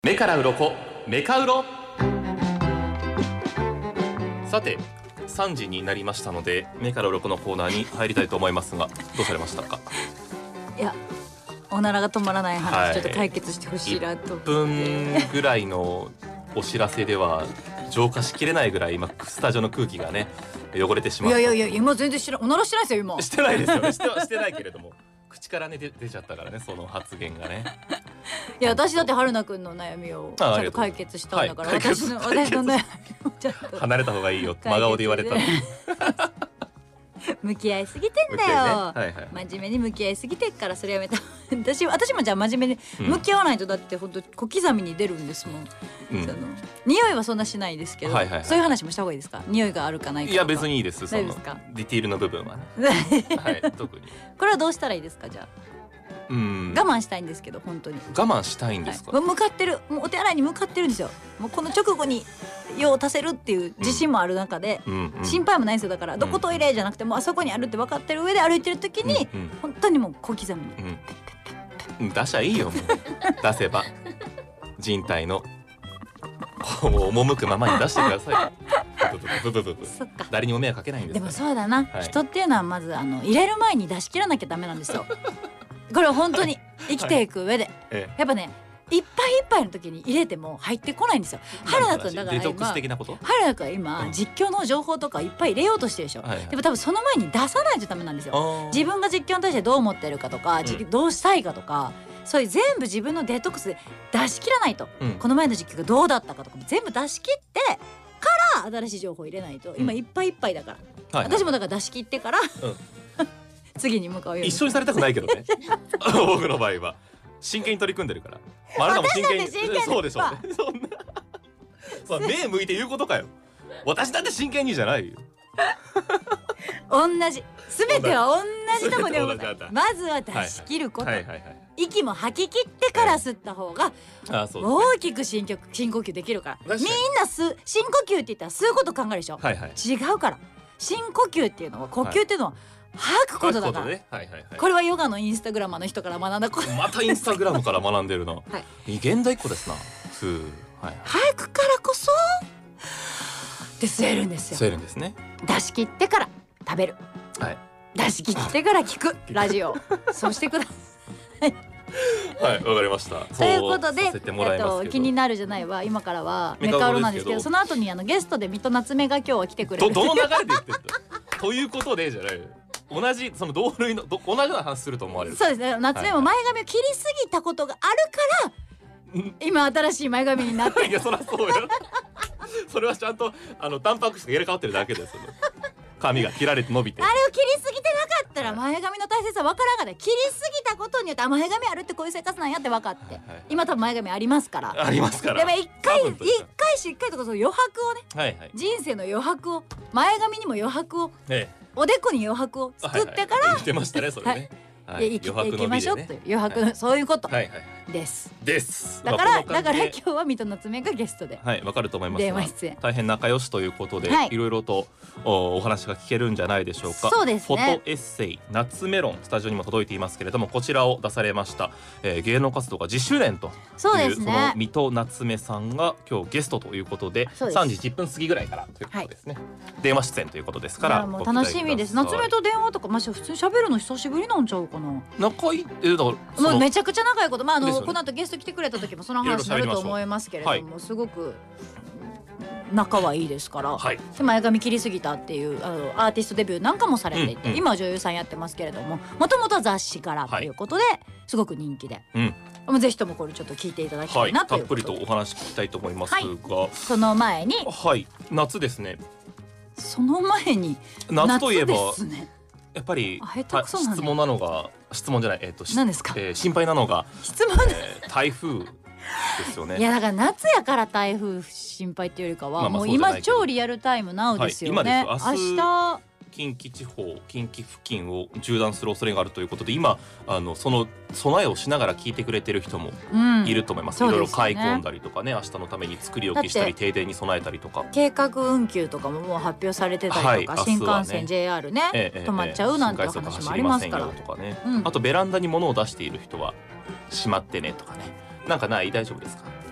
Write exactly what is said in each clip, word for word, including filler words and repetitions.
目から鱗メカウロ。さてさんじになりましたので目から鱗のコーナーに入りたいと思いますが、どうされましたか？ いや、おならが止まらない話、 はいちょっと解決してほしいなといっぷんぐらいのお知らせでは浄化しきれないぐらい今スタジオの空気がね汚れてしまう。 いやいやいや、今全然知らおならしてないですよ今。 してないですよね。してはしてないけれども口からね出ちゃったからね、その発言がね。 いや、私だって春菜くんの悩みをちゃんと解決したんだから、 はい、 私の私の悩みをちゃんと離れた方がいいよ真顔で言われたの。 向き合いすぎてんだよ、 ねはいはい、 真面目に向き合いすぎてっからそれやめた。私私もじゃあ真面目に向き合わないと、だって本当小刻みに出るんですもん、うん、その匂いはそんなしないですけど、はいはいはい、そういう話もした方がいいですか？匂いがあるかないか。 いや別にいいです。そのですか？ ディティールの部分はね、はい、特にこれはどうしたらいいですか？じゃあうん、我慢したいんですけど、本当に我慢したいんですか？ はい、向かってる、もうお手洗いに向かってるんですよ。もうこの直後に用を足せるっていう自信もある中で、うんうん、心配もないんですよ。だからどこトイレじゃなくてもうあそこにあるって分かってる上で歩いてる時に、うんうん、本当にもう小刻みに、 うん、出しゃいいよもう出せば人体の赴くままに出してください。ブブブブそっか、誰にも迷惑かけないんです。 でもそうだな、はい、人っていうのはまずあの入れる前に出し切らなきゃダメなんですよ。これは本当に生きていく上で、はいええ、やっぱねいっぱいいっぱいの時に入れても入ってこないんですよ。春菜くんだから今春菜くんは今、うん、実況の情報とかいっぱい入れようとしてるでしょ、はいはい、でも多分その前に出さないとダメなんですよ。自分が実況に対してどう思ってるかとか、うん、どうしたいかとか、そういう全部自分のデトックスで出し切らないと、うん、この前の実況がどうだったかとかも全部出し切ってから新しい情報入れないと、今いっぱいいっぱいだから、うんはいはい、私もだから出し切ってから、うん次に向かうように。 一緒にされたくないけどね僕の場合は真剣に取り組んでるから。まあ、あなたも真剣にそうでしょうね。そんなそう目向いて言うことかよ。私だって真剣にじゃないよ。 同じ、全ては同じとこでまずは出し切ること、息も吐き切ってから吸った方が大きく深呼吸できるから。みんな吸深呼吸って言ったら吸うこと考えるでしょ、はいはい、違うから。深呼吸っていうのは、呼吸っていうのは、はい吐くことだから、ねはいはいはい、これはヨガのインスタグラマーの人から学んだこと。 またインスタグラムから学んでるな、はい、現代っ子ですな。ふう、 はい、吐くからこそで吸えるんですよ。 吸えるんですね。 出し切ってから食べる、はい、出し切ってから聞くラジオそうしてください。 はい、わかりました。 ということで、えっと、気になるじゃないわ。今からはメカウロなんですけど、その後にあのゲストで水戸夏目が今日は来てくれる。 ど, どの流れで言ってるということでじゃない。同じその同類の同じような話すると思われる。 そうですね。夏目も前髪を切りすぎたことがあるから、はい、今新しい前髪になって。 いやそりゃそうよ。それはちゃんとあのタンパク質が入れ替わってるだけです。髪が切られて伸びて。 あれを切りすぎてなかったら前髪の大切さ分からんから、切りすぎたことによって前髪あるってこういう生活なんやって分かって、はいはいはい、今多分前髪ありますから。 ありますから。 でも一回一回しっかりとその余白をね、はいはい、人生の余白を、前髪にも余白を、ええ、おでこに余白を作ってから、はいはい、 言ってましたねそれね。はいはい、生きていきましょうという余白の、はい、そういうことです、はいはい、 ですだから、だから今日は水戸夏目がゲストで、 はい、わかると思いますが電話出演、 大変仲良しということで、はい、いろいろと お, お話が聞けるんじゃないでしょうか。 そうですね。 フォトエッセイ夏メロンスタジオにも届いていますけれども、こちらを出されました、えー、芸能活動がじしゅうねんという、 そうですね、 その水戸夏目さんが今日ゲストということで、さんじじゅっぷん過ぎぐらいからということですね、はい、電話出演ということですから、 もう楽しみです。夏目と電話とか、まあ、普通に喋るの久しぶりなんちゃうかな。 仲いいえだからもうめちゃくちゃ仲いいこと、まああの、ね、この後ゲスト来てくれた時もその話になると思いますけれども、はい、すごく仲はいいですから、はい、で前髪切りすぎたっていうあのアーティストデビューなんかもされていて、うんうん、今は女優さんやってますけれども、もともとは雑誌からということで、はい、すごく人気で、うん、もうぜひともこれちょっと聞いていただきたいなということで、 はい、たっぷりとお話聞きたいと思いますが、はい、 その前に、 はい、夏ですね。 その前に夏といえば夏ですね、 やっぱり質問なのが質問じゃない、えー、と何ですか、 えー、心配なのが質問、 えー、台風ですよね。 いやだから夏やから台風心配っていうよりかは、まあまあもう今超リアルタイムナウですよね、はい、今です。明日近畿地方近畿付近を縦断する恐れがあるということで、今あのその備えをしながら聞いてくれてる人もいると思います、うん、いろいろ買い込んだりとかね、明日のために作り置きしたり停電に備えたりとか、 計画運休とかももう発表されてたりとか、はい、新幹線、ね、ジェイアールね、ええ、止まっちゃうなんて話もありますから、 とかね、うん、あとベランダに物を出している人はしまってねとかね、なんかない？大丈夫ですか？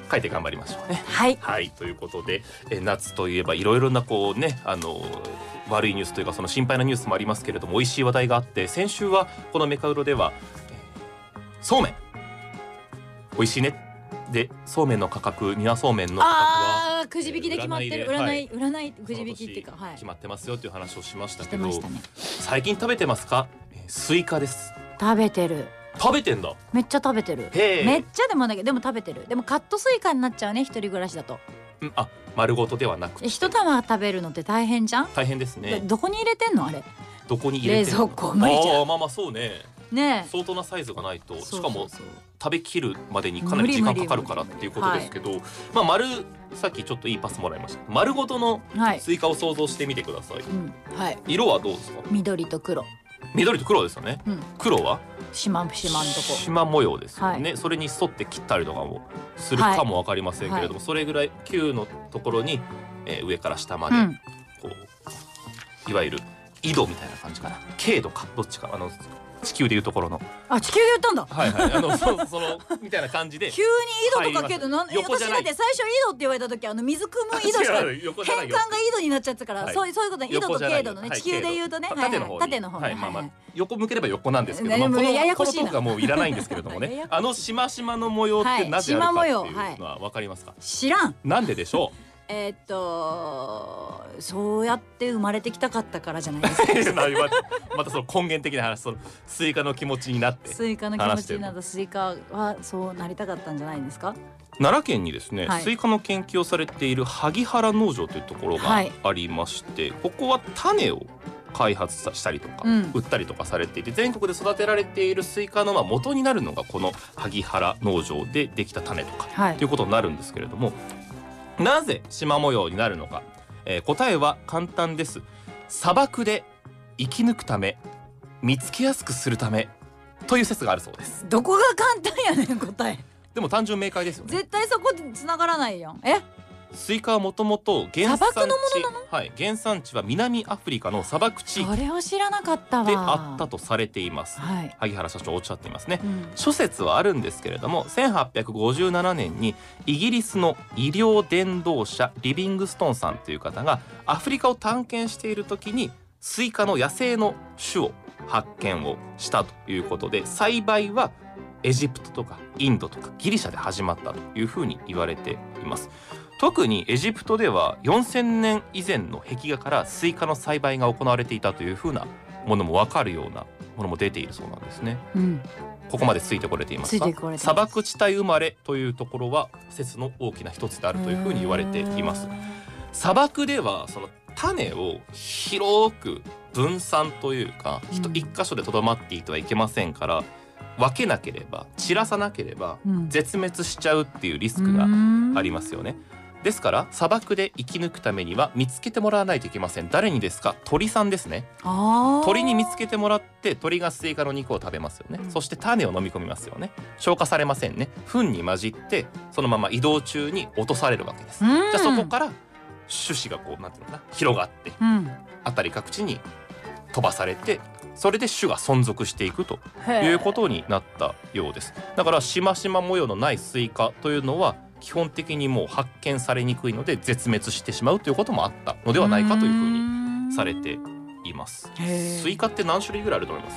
書いて頑張りましょうね。 はい、 はい、ということでえ夏といえばいろいろなこうねあの悪いニュースというかその心配なニュースもありますけれども、美味しい話題があって、先週はこのメカウロでは、えー、そうめん美味しいねで、そうめんの価格、ニラそうめんの価格はくじ引きで決まってる、占い、はい、占いくじ引きっていうか、はい、 決まってますよという話をしましたけど、 ね、 最近食べてますか？スイカです。 食べてる。 食べてんだ。 めっちゃ食べてる。めっちゃでもないけど、でも食べてる。でもカットスイカになっちゃうね、一人暮らしだと。 うん、あ、丸ごとではなくて一玉食べるのって大変じゃん。 大変ですね。 どこに入れてんのあれ？ どこに入れてんの？ 冷蔵庫無理じゃん。 あ、まあまあそうね。ね、相当なサイズがないと、しかも食べきるまでにかなり時間かかるからっていうことですけど、はい、まあ丸、さっきちょっといいパスもらいました。丸ごとのスイカを想像してみてください。はい、うん、はい、色はどうですか？緑と黒。緑と黒ですよね。うん、黒はしましまんとこ縞模様ですよね、はい、それに沿って切ったりとかもするかもわかりませんけれども、はい、それぐらい球のところに、えー、上から下まで、うん、こういわゆる緯度みたいな感じかな、経度かどっちか、あの地球でいうところの、 あ、地球で言ったんだ。 はいはい、あのそそのみたいな感じで急に緯度とかけど、なん横じゃない。私だって最初緯度って言われた時、あの水汲む緯度しか変換が緯度になっちゃったから、はい、そういうそういうことね。緯度と経度のね、地球で言うとね、 縦の方に、 縦の方に、まあまあ横向ければ横なんですけど、まあこのこのトークはもういらないんですけれどもね、あのしましまの模様ってなぜあるかっていうのはわかりますか？ 知らん。 なんででしょう？ えー、っとそうやって生まれてきたかったからじゃないですか。 またその根源的な話、そのスイカの気持ちになってスイカの気持ちになったスイカはそうなりたかったんじゃないですか。 奈良県にですね、はい、スイカの研究をされている萩原農場というところがありまして、はい、ここは種を開発したりとか、うん、売ったりとかされていて、全国で育てられているスイカのまあ元になるのがこの萩原農場でできた種とか、はい、ということになるんですけれども、なぜ縞模様になるのか、えー、答えは簡単です。砂漠で生き抜くため、見つけやすくするためという説があるそうです。 どこが簡単やねん答え。 でも単純明快ですよね。 絶対そこで繋がらないやん。え？ スイカはもともと原産地、 砂漠のものなの？ はい、原産地は南アフリカの砂漠地域それを知らなかったわであったとされています、はい、萩原社長おっしゃっていますね、うん、諸説はあるんですけれども、せんはっぴゃくごじゅうななねんにイギリスの医療伝道者リビングストンさんという方がアフリカを探検している時にスイカの野生の種を発見をしたということで、栽培はエジプトとかインドとかギリシャで始まったというふうに言われています。特にエジプトではよんせんねん以前の壁画からスイカの栽培が行われていたというふうなものも分かるようなものも出ているそうなんですね、うん、ここまでついてこれていますか？砂漠地帯生まれというところは説の大きな一つであるというふうに言われています。砂漠ではその種を広く分散というか、うん、一箇所でとどまっていてはいけませんから、分けなければ散らさなければ絶滅しちゃうっていうリスクがありますよね、うんですから砂漠で生き抜くためには見つけてもらわないといけません。誰にですか？鳥さんですね。鳥に見つけてもらって、鳥がスイカの肉を食べますよね、うん、そして種を飲み込みますよね。消化されませんね。糞に混じってそのまま移動中に落とされるわけです、うん、じゃあそこから種子がこうなんていうのかな、広がって、うん、辺り各地に飛ばされて、それで種が存続していくということになったようです。だからしましま模様のないスイカというのは基本的にもう発見されにくいので絶滅してしまうということもあったのではないかというふうにされています。スイカって何種類ぐらいあると思います？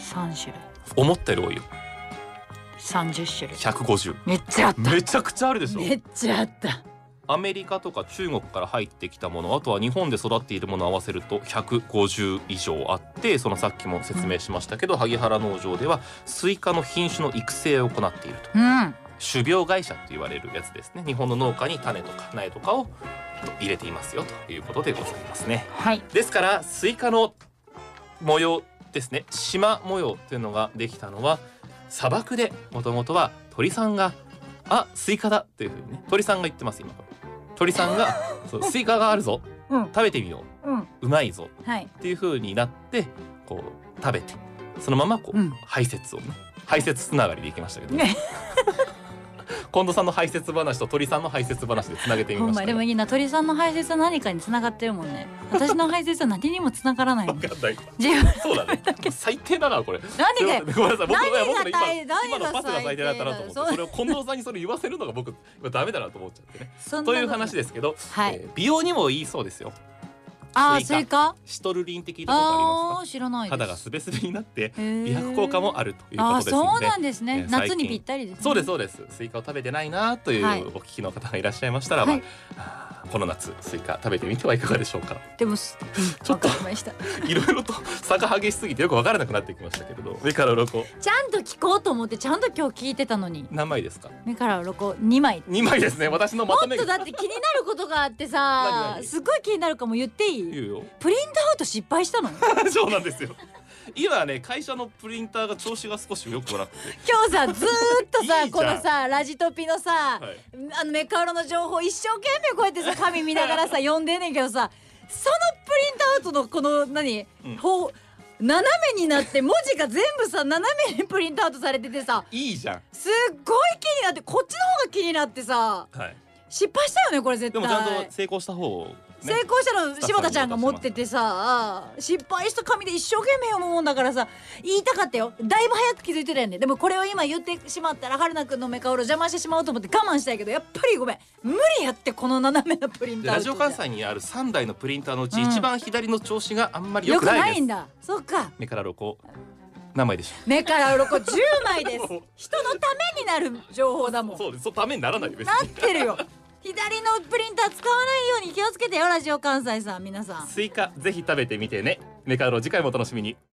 さん種類。 思ったより多いよ。 さんじゅっしゅるい。 ひゃくごじゅう。 めっちゃあった。 めちゃくちゃあるでしょ。 めっちゃあった。 アメリカとか中国から入ってきたもの、あとは日本で育っているものを合わせるとひゃくごじゅう以上あって、そのさっきも説明しましたけど、うん、萩原農場ではスイカの品種の育成を行っていると、うん、種苗会社と言われるやつですね。日本の農家に種とか苗とかを入れていますよということでございますね、はい、ですからスイカの模様ですね、縞模様というのができたのは砂漠で、もともとは鳥さんがあスイカだというふうにね、鳥さんが言ってます。今鳥さんがそうスイカがあるぞ、うん、食べてみよう、うん、うまいぞ、はい、っていうふうになってこう食べて、そのままこう、うん、排泄をね、排泄つながりでいきましたけど、ね、 近藤さんの排泄話と鳥さんの排泄話でつなげてみました。 ほんまでもいいな、鳥さんの排泄は何かにつながってるもんね。私の排泄は何にもつながらない。 わかんない。 自分そうだね。最低だなこれ。 何がごめんなさい。僕何が僕の今大何今のがパスが最低だったなと思って、 そうそれを近藤さんにそれ言わせるのが僕今ダメだなと思っちゃってね。 そんなという話ですけど、 はいえー美容にもいいそうですよ。 あースイカシトルリンって聞いたことありますか？ あー知らないです。 肌がスベスベになってへー美白効果もあるというこあーとですので。 そうなんですね、 えー最近夏にぴったりですね。 そうですそうです。スイカを食べてないなというはいお聞きの方がいらっしゃいましたらば、 はいあーこの夏スイカ食べてみてはいかがでしょうか。 でもすちょっとわかりました。 いろいろと差が激しすぎてよく分からなくなってきましたけれど、目から鱗ちゃんと聞こうと思ってちゃんと今日聞いてたのに、 何枚ですか？ 目から鱗にまい。 にまいですね。私のまとめがもっとだって気になることがあって何さ何すごい気になるかも。言っていい？ 言うよ。 プリントアウト失敗したのそうなんですよ。今ね会社のプリンターが調子が少し良くなくて、 今日さずーっとさいいじゃんこのさラジトピのさ、 はいあのメカウロの情報一生懸命こうやってさ紙見ながらさ読んでんねんけどさ、そのプリントアウトのこの何、 うんほう斜めになって文字が全部さ斜めにプリントアウトされててさ、 いいじゃん。 すっごい気になって、こっちの方が気になってさはい。 失敗したよねこれ絶対。 でもちゃんと成功した方をね。 成功したの柴田ちゃんが持っててさ、失敗した紙で一生懸命読むもんだからさ言いたかったよ。だいぶ早く気づいてたよね。でもこれを今言ってしまったら春菜くんの目顔を邪魔してしまうと思って我慢したいけど、やっぱりごめん無理やって、この斜めのプリンターでラジオ関西にあるさんだいのプリンターのうち、 うん一番左の調子があんまり良よくくないです。 ないんだ。そっか、 目から鱗何枚でしょ目から鱗じゅうまいです。人のためになる情報だもん。 う。そうです。そうためにならないよ別なっに。 てるよ。左のプリンター使わないように気をつけてよラジオ関西さん皆さん。 スイカぜひ食べてみてね。目から鱗次回もお楽しみに。